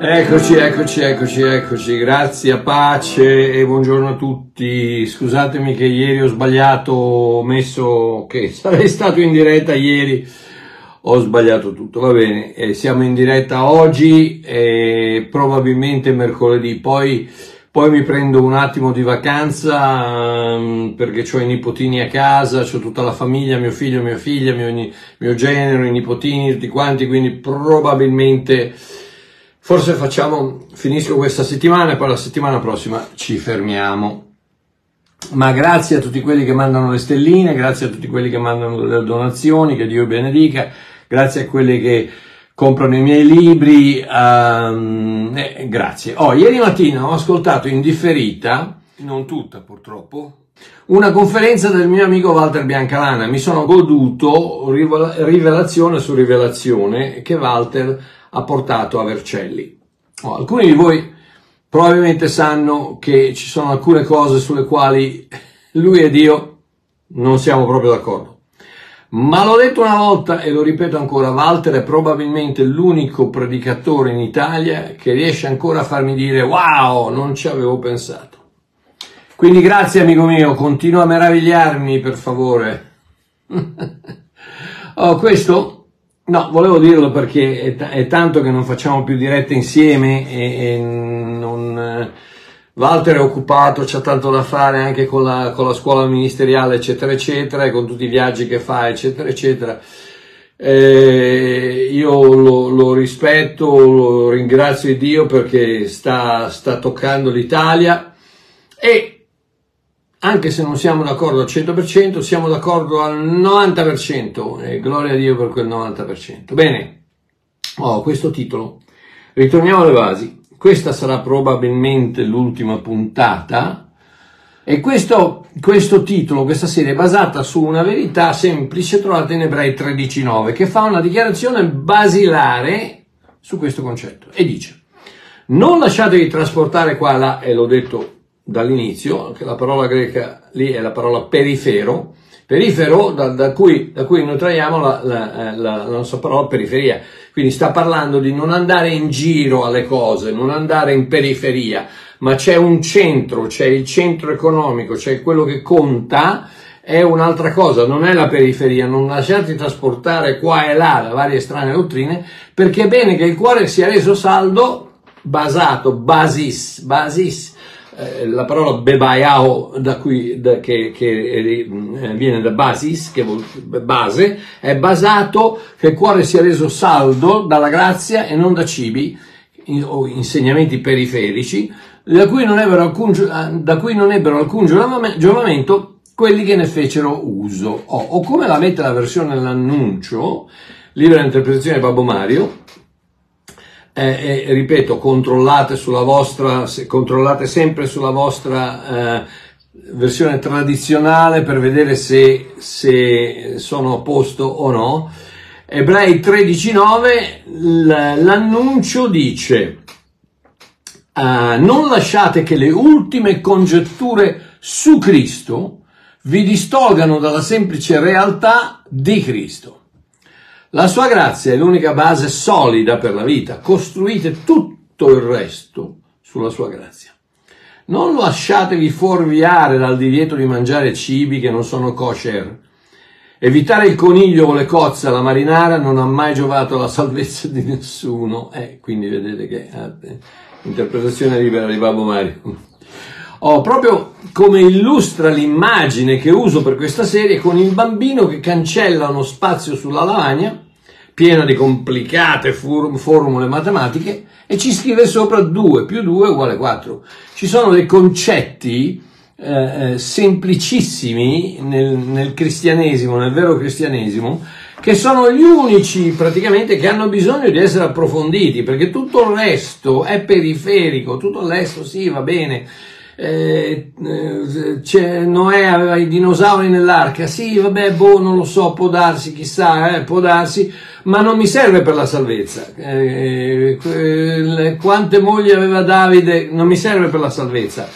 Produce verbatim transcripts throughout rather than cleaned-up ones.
Eccoci, eccoci, eccoci, eccoci, grazie, a pace e buongiorno a tutti. Scusatemi che ieri ho sbagliato, ho messo che sarei stato in diretta ieri, ho sbagliato tutto, va bene, e siamo in diretta oggi e probabilmente mercoledì, poi, poi mi prendo un attimo di vacanza um, perché ho i nipotini a casa, ho tutta la famiglia, mio figlio, mia figlia, mio, mio genero, i nipotini, tutti quanti, quindi probabilmente... Forse facciamo, finisco questa settimana e poi la settimana prossima ci fermiamo. Ma grazie a tutti quelli che mandano le stelline, grazie a tutti quelli che mandano le donazioni, che Dio benedica, grazie a quelli che comprano i miei libri, um, eh, grazie. Oh, ieri mattina ho ascoltato in differita, non tutta purtroppo, una conferenza del mio amico Walter Biancalana. Mi sono goduto rivelazione su rivelazione che Walter ha portato a Vercelli. Oh, alcuni di voi probabilmente sanno che ci sono alcune cose sulle quali lui ed io non siamo proprio d'accordo. Ma l'ho detto una volta e lo ripeto ancora, Walter è probabilmente l'unico predicatore in Italia che riesce ancora a farmi dire wow, non ci avevo pensato. Quindi grazie amico mio, continua a meravigliarmi per favore. Oh, questo... No, volevo dirlo perché è, è tanto che non facciamo più dirette insieme e, e non, Walter è occupato, c'ha tanto da fare anche con la, con la scuola ministeriale, eccetera, eccetera, e con tutti i viaggi che fa, eccetera, eccetera. Eh, io lo, lo rispetto, lo ringrazio Dio perché sta, sta toccando l'Italia e anche se non siamo d'accordo al cento per cento, siamo d'accordo al novanta per cento e gloria a Dio per quel novanta per cento. Bene, oh, questo titolo, ritorniamo alle basi, questa sarà probabilmente l'ultima puntata e questo, questo titolo, questa serie è basata su una verità semplice trovata in Ebrei tredici nove che fa una dichiarazione basilare su questo concetto e dice: non lasciatevi trasportare qua e là, e l'ho detto dall'inizio, che la parola greca lì è la parola perifero, perifero da, da, cui, da cui noi traiamo la, la, la, la nostra parola periferia, quindi sta parlando di non andare in giro alle cose, non andare in periferia, ma c'è un centro, c'è il centro economico, c'è quello che conta, è un'altra cosa, non è la periferia, non lasciarti trasportare qua e là da varie strane dottrine, perché è bene che il cuore sia reso saldo, basato, basis, basis, la parola bebaiao da cui, da, che, che viene da basis, che vuol base, è basato, che il cuore sia reso saldo dalla grazia e non da cibi in, o insegnamenti periferici, da cui non ebbero alcun, da cui non ebbero alcun giovamento quelli che ne fecero uso. O, o come la mette la versione dell'annuncio, libera interpretazione di Babbo Mario. Eh, eh, ripeto, controllate sulla vostra, se, controllate sempre sulla vostra eh, versione tradizionale per vedere se, se sono a posto o no. Ebrei tredici nove, l'annuncio dice: uh, non lasciate che le ultime congetture su Cristo vi distolgano dalla semplice realtà di Cristo. La sua grazia è l'unica base solida per la vita, costruite tutto il resto sulla sua grazia. Non lasciatevi fuorviare dal divieto di mangiare cibi che non sono kosher. Evitare il coniglio o le cozze alla marinara non ha mai giovato alla salvezza di nessuno. Eh, quindi vedete che eh, interpretazione libera di Babbo Mario. Oh, proprio come illustra l'immagine che uso per questa serie con il bambino che cancella uno spazio sulla lavagna, piena di complicate formule matematiche, e ci scrive sopra due più due uguale quattro. Ci sono dei concetti eh, semplicissimi nel, nel cristianesimo, nel vero cristianesimo, che sono gli unici praticamente che hanno bisogno di essere approfonditi, perché tutto il resto è periferico, tutto il resto sì, va bene. Eh, eh, Noè aveva i dinosauri nell'arca, sì vabbè, boh, non lo so, può darsi, chissà, eh, può darsi, ma non mi serve per la salvezza. Eh, eh, quante mogli aveva Davide, non mi serve per la salvezza.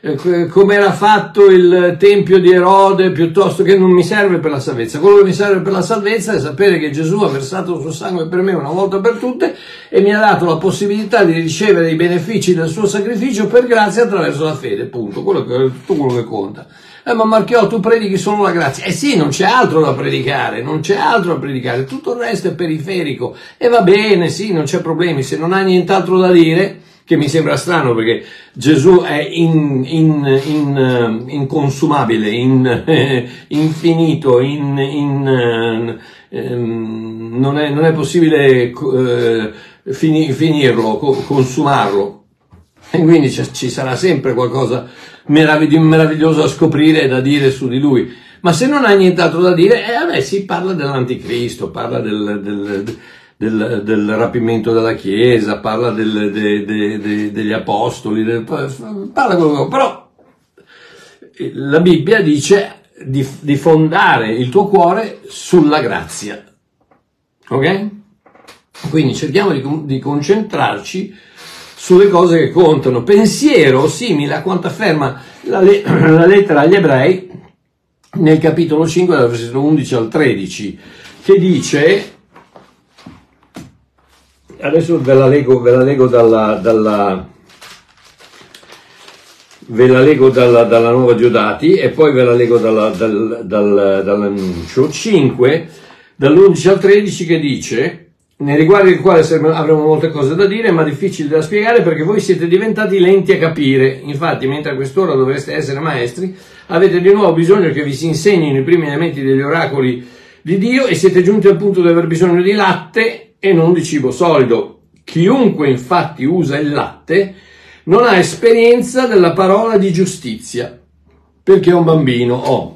eh, come era fatto il tempio di Erode, piuttosto che non mi serve per la salvezza. Quello che mi serve per la salvezza è sapere che Gesù ha versato il suo sangue per me una volta per tutte e mi ha dato la possibilità di ricevere i benefici del suo sacrificio per grazia attraverso la fede, punto. Quello che, tutto quello che conta. Eh, ma Marchiò, tu predichi solo la grazia. Eh sì, non c'è altro da predicare, non c'è altro da predicare, tutto il resto è periferico. E va bene, sì, non c'è problemi, se non hai nient'altro da dire, che mi sembra strano perché Gesù è in, in, in, inconsumabile, in, eh, infinito, in, in, eh, non, è, non è possibile eh, fini, finirlo, consumarlo. E quindi ci sarà sempre qualcosa di meraviglioso da scoprire e da dire su di lui. Ma se non hai nient'altro da dire, eh, vabbè, si parla dell'anticristo, parla del, del, del, del rapimento della Chiesa, parla del, de, de, de, degli apostoli, del, parla quello, però la Bibbia dice di, di fondare il tuo cuore sulla grazia. Ok? Quindi cerchiamo di, di concentrarci sulle cose che contano. Pensiero simile a quanto afferma la, le la lettera agli Ebrei nel capitolo cinque, dal versetto undici al tredici, che dice, adesso ve la leggo, ve la leggo dalla, dalla ve la leggo dalla, dalla Nuova Diodati e poi ve la leggo dalla, dal, dal, dall'annuncio, cinque, dall'undici al tredici, che dice: nei riguardi del quale avremo molte cose da dire, ma difficili da spiegare perché voi siete diventati lenti a capire. Infatti, mentre a quest'ora dovreste essere maestri, avete di nuovo bisogno che vi si insegnino i primi elementi degli oracoli di Dio e siete giunti al punto di aver bisogno di latte e non di cibo solido. Chiunque infatti usa il latte non ha esperienza della parola di giustizia, perché è un bambino. Oh.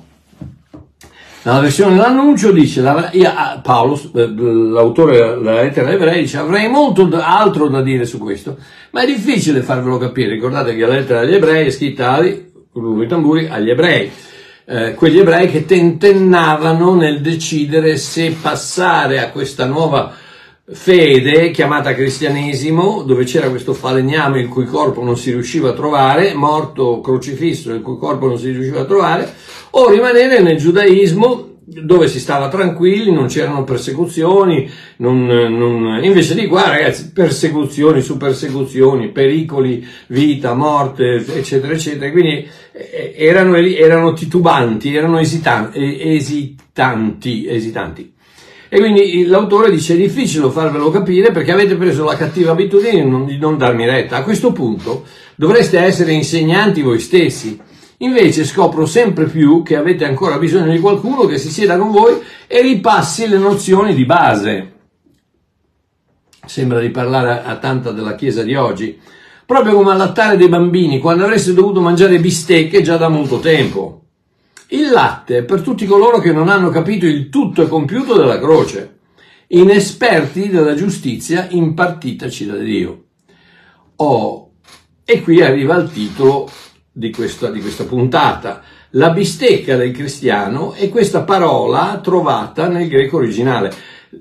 Nella versione dell'annuncio dice, Paolo, l'autore della lettera agli Ebrei, dice: avrei molto altro da dire su questo, ma è difficile farvelo capire. Ricordate che la lettera agli Ebrei è scritta con i tamburi agli Ebrei, eh, quegli ebrei che tentennavano nel decidere se passare a questa nuova fede chiamata cristianesimo, dove c'era questo falegname il cui corpo non si riusciva a trovare, morto crocifisso il cui corpo non si riusciva a trovare, o rimanere nel giudaismo dove si stava tranquilli, non c'erano persecuzioni, non, non, invece di qua, ragazzi, persecuzioni su persecuzioni, pericoli, vita, morte, eccetera, eccetera. Quindi eh, erano, erano titubanti, erano esitanti, esitanti, esitanti. E quindi l'autore dice: è difficile farvelo capire perché avete preso la cattiva abitudine di non, di non darmi retta. A questo punto dovreste essere insegnanti voi stessi. Invece scopro sempre più che avete ancora bisogno di qualcuno che si sieda con voi e ripassi le nozioni di base. Sembra di parlare a tanta della Chiesa di oggi. Proprio come allattare dei bambini quando avreste dovuto mangiare bistecche già da molto tempo. Il latte è per tutti coloro che non hanno capito il tutto e compiuto della croce, inesperti della giustizia impartitaci da Dio. Oh, e qui arriva il titolo di questa, di questa puntata: la bistecca del cristiano è questa parola trovata nel greco originale.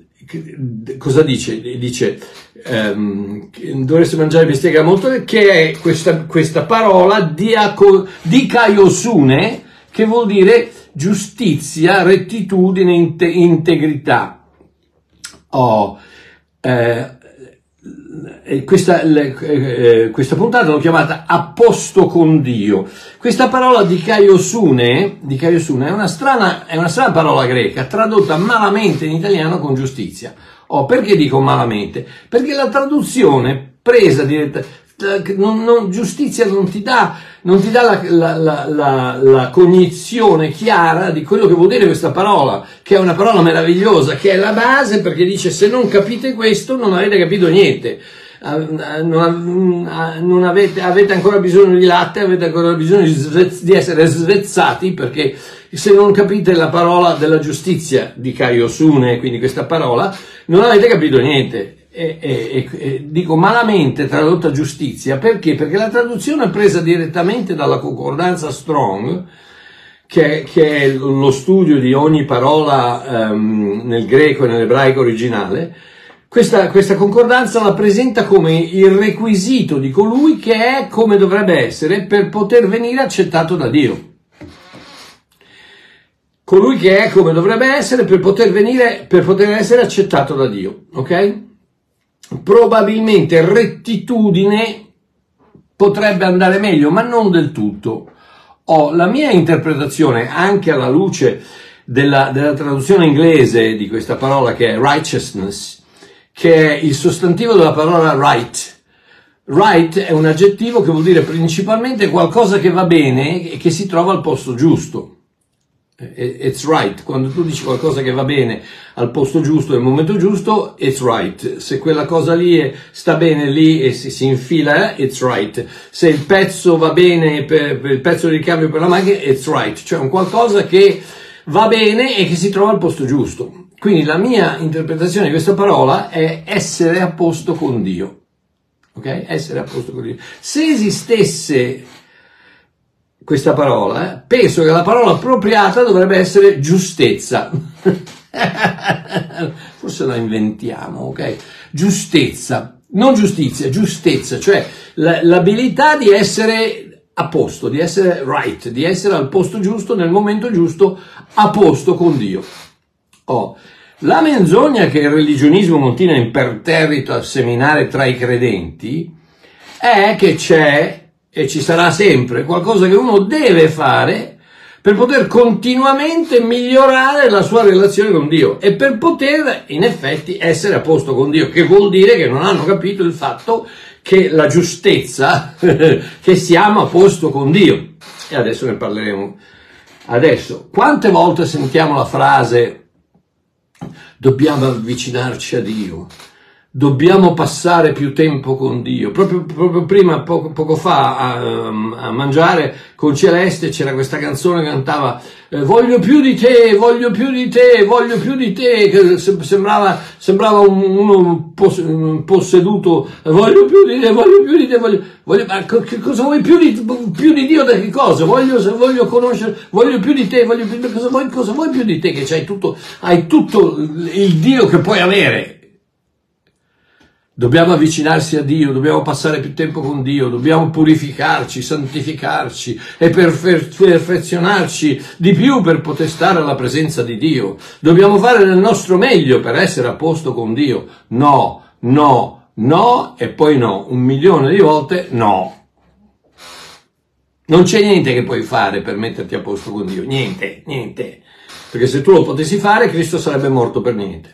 Cosa dice? Dice ehm, dovreste mangiare bistecca molto, che è questa, questa parola diaco, dikaiosune, che vuol dire giustizia, rettitudine, inte, integrità. Oh, eh, questa, eh, questa puntata l'ho chiamata Apposto con Dio. Questa parola dikaiosune, dikaiosune è una strana, è una strana parola greca, tradotta malamente in italiano con giustizia. Oh, perché dico malamente? Perché la traduzione presa diretta, Non, non, giustizia non ti dà, non ti dà la, la, la, la, la cognizione chiara di quello che vuol dire questa parola, che è una parola meravigliosa, che è la base, perché dice: se non capite questo non avete capito niente, non, non avete, avete ancora bisogno di latte, avete ancora bisogno di, svezz, di essere svezzati, perché se non capite la parola della giustizia di dikaiosune, quindi questa parola, non avete capito niente. E, e, e dico malamente tradotta giustizia perché? Perché la traduzione è presa direttamente dalla concordanza Strong, che, che è lo studio di ogni parola um, nel greco e nell'ebraico originale, Questa, questa concordanza la presenta come il requisito di colui che è come dovrebbe essere per poter venire accettato da Dio. Colui che è come dovrebbe essere per poter venire, per poter essere accettato da Dio, ok? Probabilmente rettitudine potrebbe andare meglio, ma non del tutto. Ho la mia interpretazione, anche alla luce della, della traduzione inglese di questa parola che è righteousness, che è il sostantivo della parola right. Right è un aggettivo che vuol dire principalmente qualcosa che va bene e che si trova al posto giusto. It's right. Quando tu dici qualcosa che va bene al posto giusto, nel momento giusto, it's right. Se quella cosa lì è, sta bene lì e si, si infila, it's right. Se il pezzo va bene per, per il pezzo di ricambio per la macchina, it's right. Cioè un qualcosa che va bene e che si trova al posto giusto. Quindi la mia interpretazione di questa parola è essere a posto con Dio. Ok? Essere a posto con Dio. Se esistesse questa parola, eh, penso che la parola appropriata dovrebbe essere giustezza. Forse la inventiamo, ok? Giustezza, non giustizia, giustezza, cioè l'abilità di essere a posto, di essere right, di essere al posto giusto, nel momento giusto, a posto con Dio. Oh, la menzogna che il religionismo continua imperterrito a seminare tra i credenti è che c'è e ci sarà sempre qualcosa che uno deve fare per poter continuamente migliorare la sua relazione con Dio e per poter in effetti essere a posto con Dio, che vuol dire che non hanno capito il fatto che la giustezza, che siamo a posto con Dio. E adesso ne parleremo. Adesso, quante volte sentiamo la frase dobbiamo avvicinarci a Dio? Dobbiamo passare più tempo con Dio. Proprio, proprio prima, poco, poco fa, a, a mangiare con Celeste c'era questa canzone che cantava eh, voglio più di te, voglio più di te, voglio più di te, che sembrava, sembrava un, uno posseduto, voglio più di te, voglio più di te, voglio, voglio, ma che cosa vuoi più di, più di Dio da che cosa? Voglio, voglio conoscere, voglio più di te, voglio più di te, cosa vuoi, cosa vuoi più di te, che c'hai tutto, hai tutto il Dio che puoi avere. Dobbiamo avvicinarsi a Dio, dobbiamo passare più tempo con Dio, dobbiamo purificarci, santificarci e perfezionarci di più per poter stare alla presenza di Dio. Dobbiamo fare del nostro meglio per essere a posto con Dio. No, no, no e poi no. Un milione di volte no. Non c'è niente che puoi fare per metterti a posto con Dio. Niente, niente. Perché se tu lo potessi fare, Cristo sarebbe morto per niente.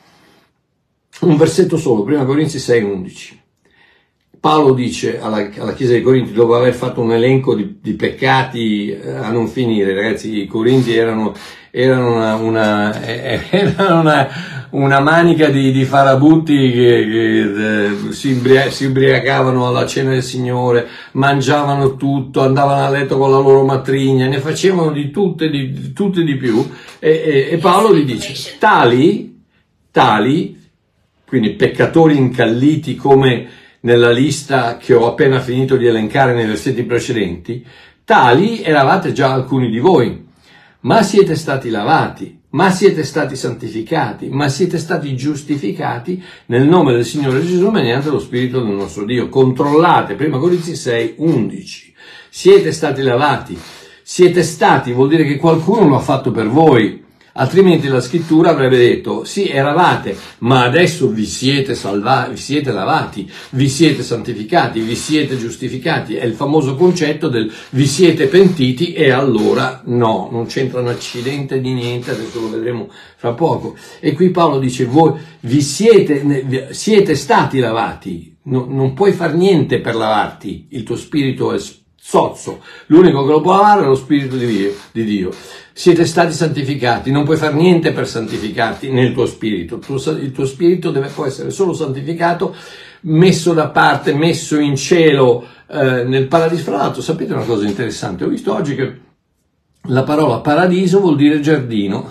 Un versetto solo, prima Corinzi sei undici. Paolo dice alla, alla Chiesa dei Corinti, dopo aver fatto un elenco di, di peccati eh, a non finire, ragazzi, i Corinti erano, erano, una, una, eh, erano una, una manica di, di farabutti che, che eh, si, ibria, si ubriacavano alla cena del Signore, mangiavano tutto, andavano a letto con la loro matrigna, ne facevano di tutte di, di, tutte di più, e, e, e Paolo gli dice, tali, tali, quindi peccatori incalliti come nella lista che ho appena finito di elencare nei versetti precedenti, tali eravate già alcuni di voi, ma siete stati lavati, ma siete stati santificati, ma siete stati giustificati nel nome del Signore Gesù mediante lo Spirito del nostro Dio. Controllate, prima Corinzi sei undici, siete stati lavati, siete stati vuol dire che qualcuno lo ha fatto per voi. Altrimenti la scrittura avrebbe detto, sì, eravate, ma adesso vi siete salvati, vi siete lavati, vi siete santificati, vi siete giustificati. È il famoso concetto del vi siete pentiti e allora no, non c'entra un accidente di niente, adesso lo vedremo fra poco. E qui Paolo dice, voi vi siete, siete stati lavati, no, non puoi far niente per lavarti, il tuo spirito è sozzo, l'unico che lo può lavare è lo Spirito di Dio. Di Dio. Siete stati santificati, non puoi fare niente per santificarti nel tuo spirito, il tuo spirito deve può essere solo santificato, messo da parte, messo in cielo eh, nel paradiso. Fra l'altro sapete una cosa interessante, ho visto oggi che la parola paradiso vuol dire giardino.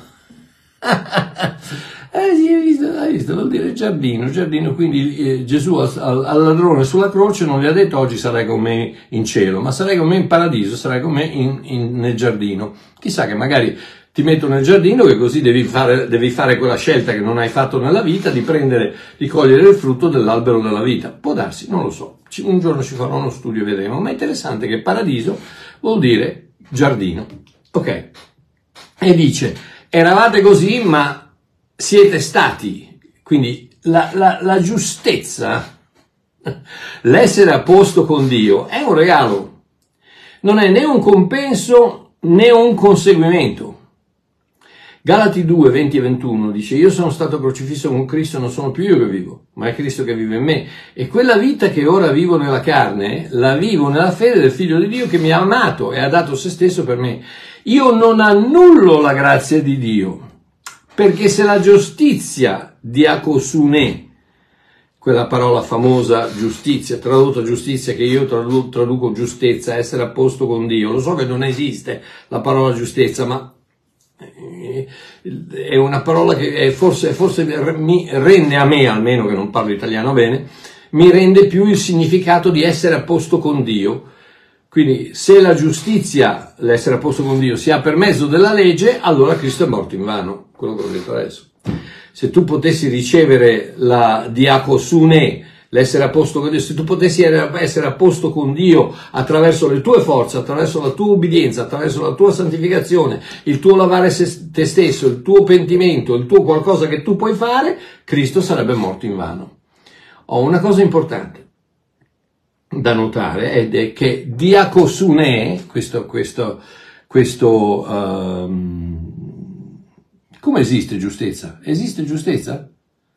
Eh sì, hai visto, hai visto, vuol dire giardino, giardino, quindi eh, Gesù al, al ladrone sulla croce non gli ha detto oggi sarai con me in cielo, ma sarai con me in paradiso, sarai con me in, in, nel giardino. Chissà che magari ti metto nel giardino che così devi fare, devi fare quella scelta che non hai fatto nella vita di prendere, di cogliere il frutto dell'albero della vita. Può darsi, non lo so, un giorno ci farò uno studio e vedremo, ma è interessante che paradiso vuol dire giardino. Ok, e dice, eravate così ma siete stati, quindi la, la, la giustezza, l'essere a posto con Dio è un regalo, non è né un compenso né un conseguimento. Galati due, venti e ventuno dice, io sono stato crocifisso con Cristo, non sono più io che vivo, ma è Cristo che vive in me. E quella vita che ora vivo nella carne, la vivo nella fede del Figlio di Dio che mi ha amato e ha dato se stesso per me. Io non annullo la grazia di Dio, perché se la giustizia diakosune, quella parola famosa giustizia, tradotta giustizia, che io tradu- traduco giustezza, essere a posto con Dio, lo so che non esiste la parola giustezza, ma è una parola che è forse, forse mi rende a me, almeno che non parlo italiano bene, mi rende più il significato di essere a posto con Dio. Quindi se la giustizia, l'essere a posto con Dio, si ha per mezzo della legge, allora Cristo è morto invano, quello che ho detto adesso. Se tu potessi ricevere la diakosune, l'essere a posto con Dio, se tu potessi essere a posto con Dio attraverso le tue forze, attraverso la tua obbedienza, attraverso la tua santificazione, il tuo lavare te stesso, il tuo pentimento, il tuo qualcosa che tu puoi fare, Cristo sarebbe morto invano. Ho una cosa importante da notare ed è che diakosune, questo, questo, questo, um, come esiste giustezza? Esiste giustezza?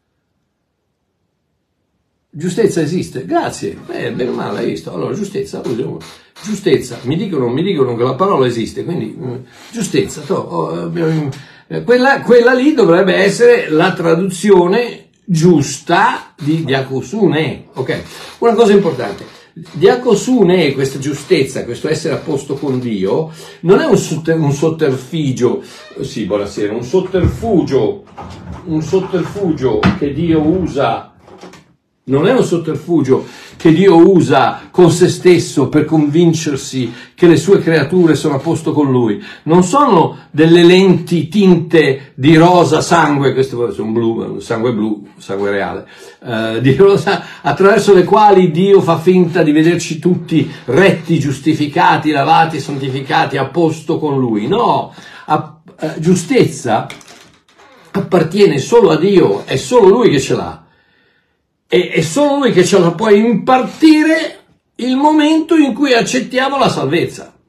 Giustezza esiste? Grazie, beh, bene o male, hai visto. Allora, giustezza, giustezza, mi dicono, mi dicono che la parola esiste, quindi giustezza, to, oh, eh, quella, quella lì dovrebbe essere la traduzione giusta di diakosune, ok? Una cosa importante. Diakosune, questa giustezza, questo essere a posto con Dio, non è un, un sotterfugio, sì, buonasera, un sotterfugio, un sotterfugio che Dio usa, non è un sotterfugio che Dio usa con se stesso per convincersi che le sue creature sono a posto con Lui. Non sono delle lenti tinte di rosa sangue, questo è un blu, sangue blu, sangue reale, eh, di rosa, attraverso le quali Dio fa finta di vederci tutti retti, giustificati, lavati, santificati, a posto con Lui. No, a, a, giustezza appartiene solo a Dio, è solo Lui che ce l'ha. E è solo Lui che ce la può impartire il momento in cui accettiamo la salvezza.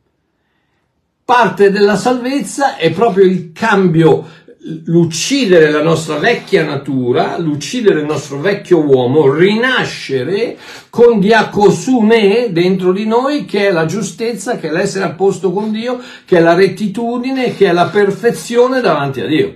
Parte della salvezza è proprio il cambio, l'uccidere la nostra vecchia natura, l'uccidere il nostro vecchio uomo, rinascere con diakosune dentro di noi, che è la giustezza, che è l'essere a posto con Dio, che è la rettitudine, che è la perfezione davanti a Dio.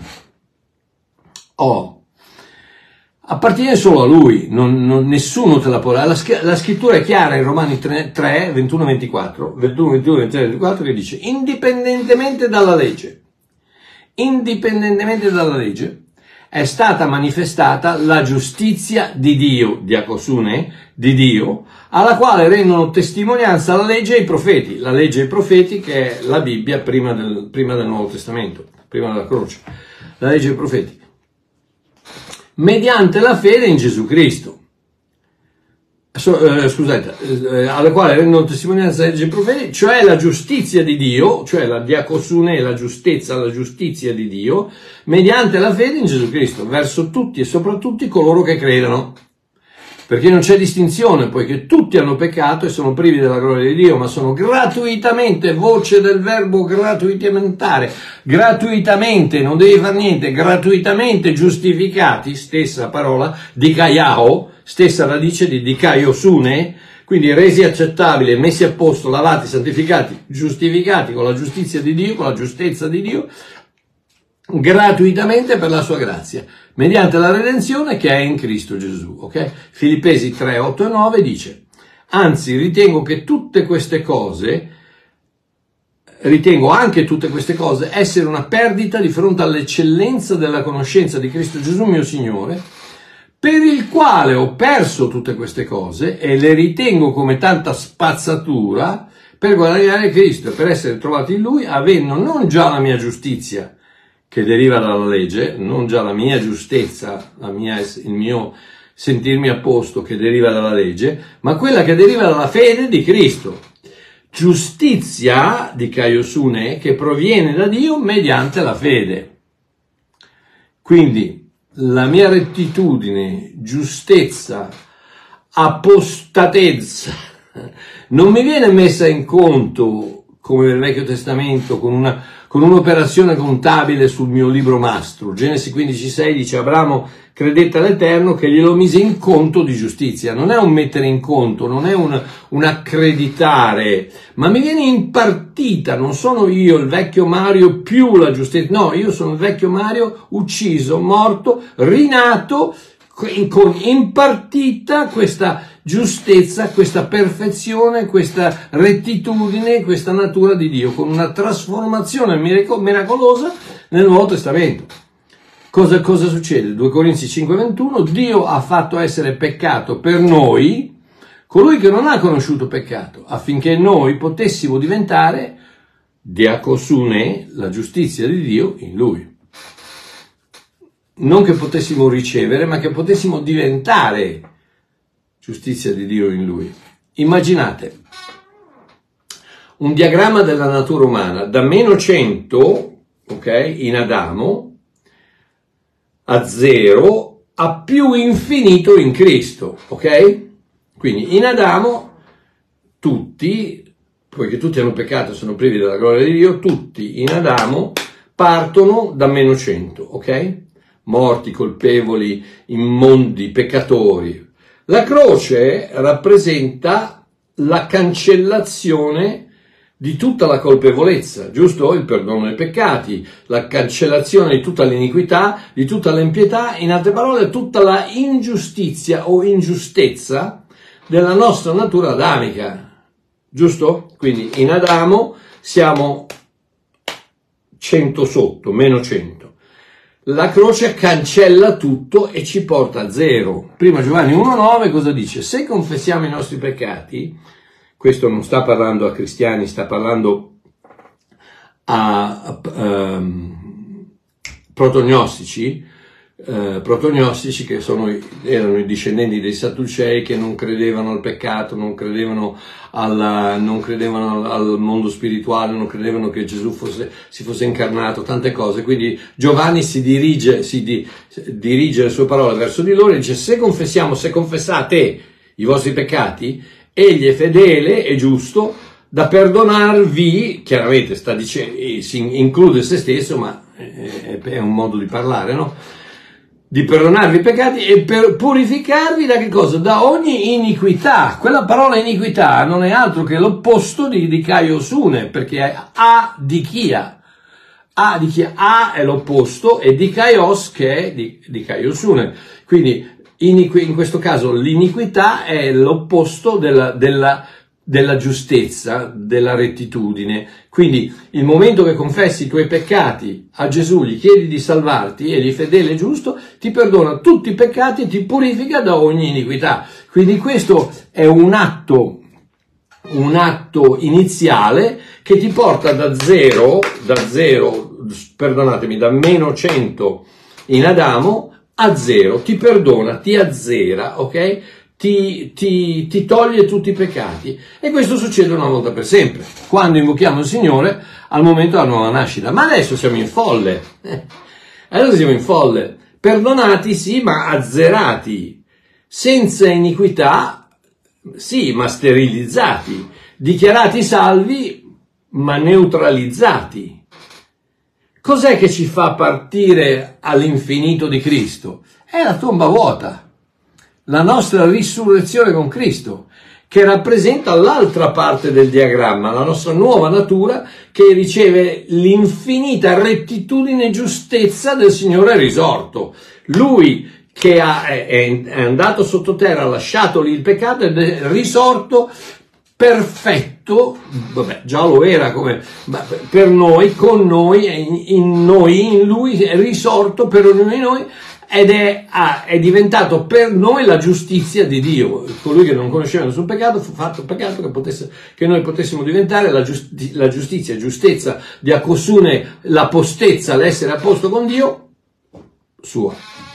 Oh. Appartiene solo a Lui, non, non, nessuno te la può dare. La, la scrittura è chiara in Romani tre, ventuno ventiquattro, ventuno, ventuno, ventitré, ventiquattro, che dice, indipendentemente dalla legge, indipendentemente dalla legge, è stata manifestata la giustizia di Dio, diakosune, di Dio, alla quale rendono testimonianza la legge e i profeti, la legge e i profeti che è la Bibbia prima del, prima del Nuovo Testamento, prima della croce, la legge e i profeti. Mediante la fede in Gesù Cristo, so, eh, scusate, eh, alla quale rendono testimonianza la legge e i profeti, cioè la giustizia di Dio, cioè la diakosune, la giustezza, la giustizia di Dio, mediante la fede in Gesù Cristo, verso tutti e soprattutto coloro che credono. Perché non c'è distinzione, poiché tutti hanno peccato e sono privi della gloria di Dio, ma sono gratuitamente, voce del verbo gratuitamente, gratuitamente, non devi fare niente, gratuitamente giustificati, stessa parola, dikaiao, stessa radice di dikaiosune, quindi resi accettabili, messi a posto, lavati, santificati, giustificati con la giustizia di Dio, con la giustezza di Dio, gratuitamente per la sua grazia, mediante la redenzione che è in Cristo Gesù, ok? Filippesi tre, otto e nove dice, anzi ritengo che tutte queste cose, ritengo anche tutte queste cose essere una perdita di fronte all'eccellenza della conoscenza di Cristo Gesù mio Signore, per il quale ho perso tutte queste cose e le ritengo come tanta spazzatura per guadagnare Cristo e per essere trovati in Lui, avendo non già la mia giustizia che deriva dalla legge, non già la mia giustezza, la mia, il mio sentirmi a posto che deriva dalla legge, ma quella che deriva dalla fede di Cristo. Giustizia, di Kaiosune, che proviene da Dio mediante la fede. Quindi la mia rettitudine, giustezza, apostatezza non mi viene messa in conto come nel Vecchio Testamento con una con un'operazione contabile sul mio libro mastro. Genesi quindici sei dice: Abramo credette all'Eterno che glielo mise in conto di giustizia. Non è un mettere in conto, non è un, un accreditare, ma mi viene impartita. Non sono io il vecchio Mario più la giustizia, no, io sono il vecchio Mario ucciso, morto, rinato, con impartita questa giustezza, questa perfezione, questa rettitudine, questa natura di Dio, con una trasformazione miracolosa nel Nuovo Testamento. Cosa, cosa succede? due Corinzi cinque ventuno, Dio ha fatto essere peccato per noi colui che non ha conosciuto peccato, affinché noi potessimo diventare diakosune, la giustizia di Dio in Lui. Non che potessimo ricevere, ma che potessimo diventare giustizia di Dio in Lui. Immaginate un diagramma della natura umana da meno cento, ok, in Adamo, a zero, a più infinito in Cristo, ok? Quindi in Adamo tutti, poiché tutti hanno peccato e sono privi della gloria di Dio, tutti in Adamo partono da meno cento, ok? Morti, colpevoli, immondi, peccatori. La croce rappresenta la cancellazione di tutta la colpevolezza, giusto? Il perdono dei peccati, la cancellazione di tutta l'iniquità, di tutta l'impietà, in altre parole tutta la ingiustizia o ingiustezza della nostra natura adamica, giusto? Quindi in Adamo siamo cento sotto, meno cento. La croce cancella tutto e ci porta a zero. Prima Giovanni uno nove cosa dice? Se confessiamo i nostri peccati, questo non sta parlando a cristiani, sta parlando a, a, a um, protognostici, uh, protognostici che sono, erano i discendenti dei Sadducei, che non credevano al peccato, non credevano, alla, non credevano al, al mondo spirituale, non credevano che Gesù fosse, si fosse incarnato, tante cose. Quindi Giovanni si dirige, si di, dirige le sue parole verso di loro e dice: se confessiamo, se confessate i vostri peccati, egli è fedele e giusto da perdonarvi. Chiaramente sta dicendo, si include se stesso, ma è un modo di parlare, no? Di perdonarvi i peccati e per purificarvi da che cosa? Da ogni iniquità. Quella parola iniquità non è altro che l'opposto di, di Kaiosune, perché è a di Chia. A di Chia, a è l'opposto, e di Kaios che è di, di Kaiosune. Quindi in questo caso l'iniquità è l'opposto della, della, della giustezza, della rettitudine. Quindi il momento che confessi i tuoi peccati a Gesù, gli chiedi di salvarti, egli fedele e giusto, ti perdona tutti i peccati e ti purifica da ogni iniquità. Quindi questo è un atto, un atto iniziale che ti porta da zero, da zero, perdonatemi, da meno cento in Adamo, a zero, ti perdona, ti azzera, ok? Ti, ti, ti toglie tutti i peccati. E questo succede una volta per sempre, quando invochiamo il Signore al momento della nuova nascita. Ma adesso siamo in folle. Eh. Adesso siamo in folle. Perdonati, sì, ma azzerati. Senza iniquità, sì, ma sterilizzati. Dichiarati salvi, ma neutralizzati. Cos'è che ci fa partire all'infinito di Cristo? È la tomba vuota, la nostra risurrezione con Cristo, che rappresenta l'altra parte del diagramma, la nostra nuova natura che riceve l'infinita rettitudine e giustezza del Signore risorto. Lui che ha, è, è andato sottoterra, ha lasciato lì il peccato ed è risorto perfetto, vabbè, già lo era come, ma per noi, con noi, in, in noi, in lui, è risorto per ognuno di noi, ed è, ah, è diventato per noi la giustizia di Dio. Colui che non conosceva nessun peccato fu fatto peccato che, potesse, che noi potessimo diventare la, giusti, la giustizia, giustezza di Akosune, la postezza, l'essere a posto con Dio sua.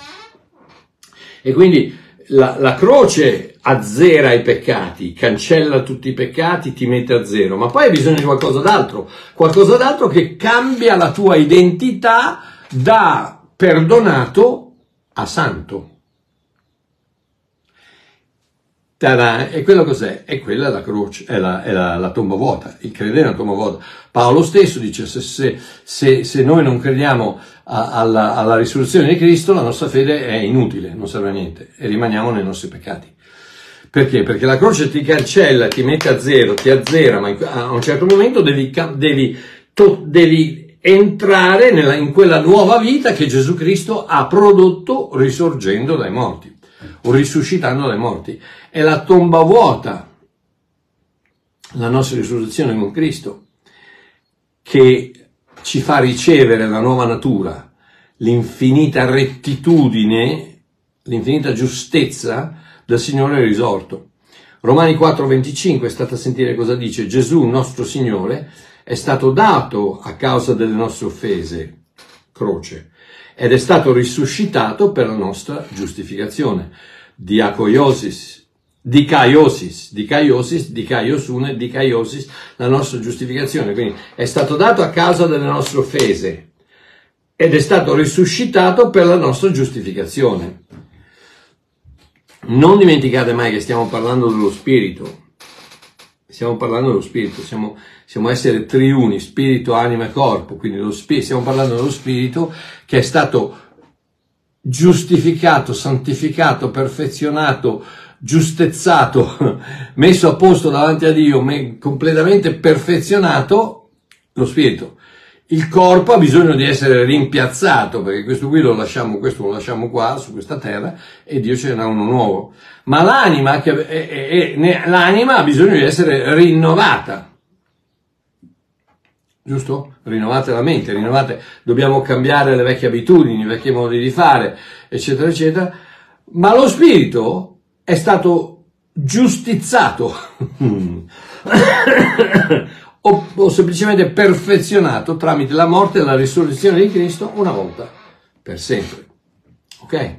E quindi la, la croce azzera i peccati, cancella tutti i peccati, ti mette a zero, ma poi hai bisogno di qualcosa d'altro, qualcosa d'altro che cambia la tua identità da perdonato a santo. Tada! E quello cos'è? E quella è la croce, è la, è la, la tomba vuota, il credere nella tomba vuota. Paolo stesso dice, se, se, se, se noi non crediamo a, alla, alla risurrezione di Cristo, la nostra fede è inutile, non serve a niente, e rimaniamo nei nostri peccati. Perché? Perché la croce ti cancella, ti mette a zero, ti azzera, ma a un certo momento devi, devi, to, devi entrare nella, in quella nuova vita che Gesù Cristo ha prodotto risorgendo dai morti, o risuscitando dai morti. È la tomba vuota, la nostra risurrezione con Cristo, che ci fa ricevere la nuova natura, l'infinita rettitudine, l'infinita giustezza del Signore risorto. Romani quattro venticinque, state a sentire cosa dice: Gesù, nostro Signore, è stato dato a causa delle nostre offese, croce, ed è stato risuscitato per la nostra giustificazione. Diacoiosis, dicaiosis, dicaiosis, dicaiosune, dicaiosis, la nostra giustificazione. Quindi è stato dato a causa delle nostre offese ed è stato risuscitato per la nostra giustificazione. Non dimenticate mai che stiamo parlando dello Spirito, stiamo parlando dello Spirito, siamo, siamo esseri triuni, Spirito, anima e corpo, quindi lo spirito, stiamo parlando dello Spirito che è stato giustificato, santificato, perfezionato, giustezzato, messo a posto davanti a Dio, completamente perfezionato, lo Spirito. Il corpo ha bisogno di essere rimpiazzato, perché questo qui lo lasciamo, questo lo lasciamo qua, su questa terra, e Dio ce ne ha uno nuovo. Ma l'anima, che è, è, è, l'anima ha bisogno di essere rinnovata. Giusto? Rinnovate la mente, rinnovate, dobbiamo cambiare le vecchie abitudini, i vecchi modi di fare, eccetera, eccetera. Ma lo spirito è stato giustizzato o, o semplicemente perfezionato tramite la morte e la risurrezione di Cristo una volta per sempre. Ok?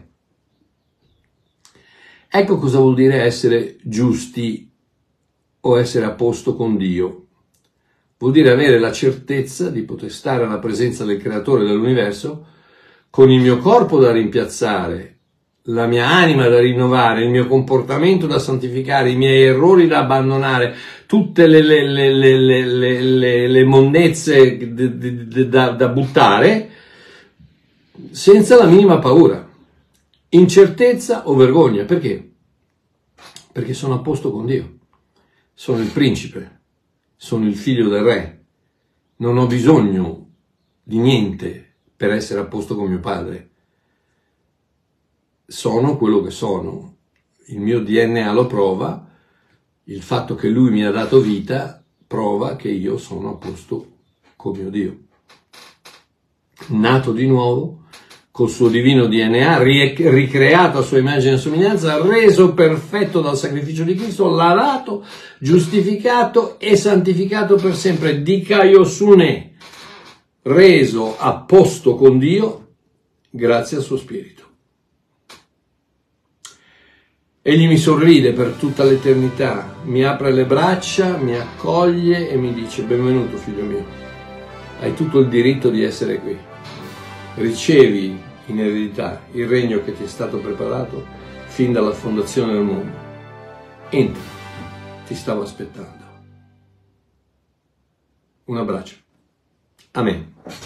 Ecco cosa vuol dire essere giusti o essere a posto con Dio. Vuol dire avere la certezza di poter stare alla presenza del Creatore dell'universo con il mio corpo da rimpiazzare, la mia anima da rinnovare, il mio comportamento da santificare, i miei errori da abbandonare, tutte le, le, le, le, le, le, le monnezze da, da buttare, senza la minima paura, incertezza o vergogna. Perché? Perché sono a posto con Dio, sono il principe. Sono il figlio del re, non ho bisogno di niente per essere a posto con mio padre. Sono quello che sono, il mio D N A lo prova, il fatto che lui mi ha dato vita prova che io sono a posto con mio Dio. Nato di nuovo, col suo divino D N A, ricreato a sua immagine e somiglianza, reso perfetto dal sacrificio di Cristo, lavato, giustificato e santificato per sempre, dikaiosune, reso a posto con Dio grazie al suo Spirito. Egli mi sorride per tutta l'eternità, mi apre le braccia, mi accoglie e mi dice: benvenuto figlio mio, hai tutto il diritto di essere qui. Ricevi in eredità il regno che ti è stato preparato fin dalla fondazione del mondo. Entra, ti stavo aspettando. Un abbraccio. Amen.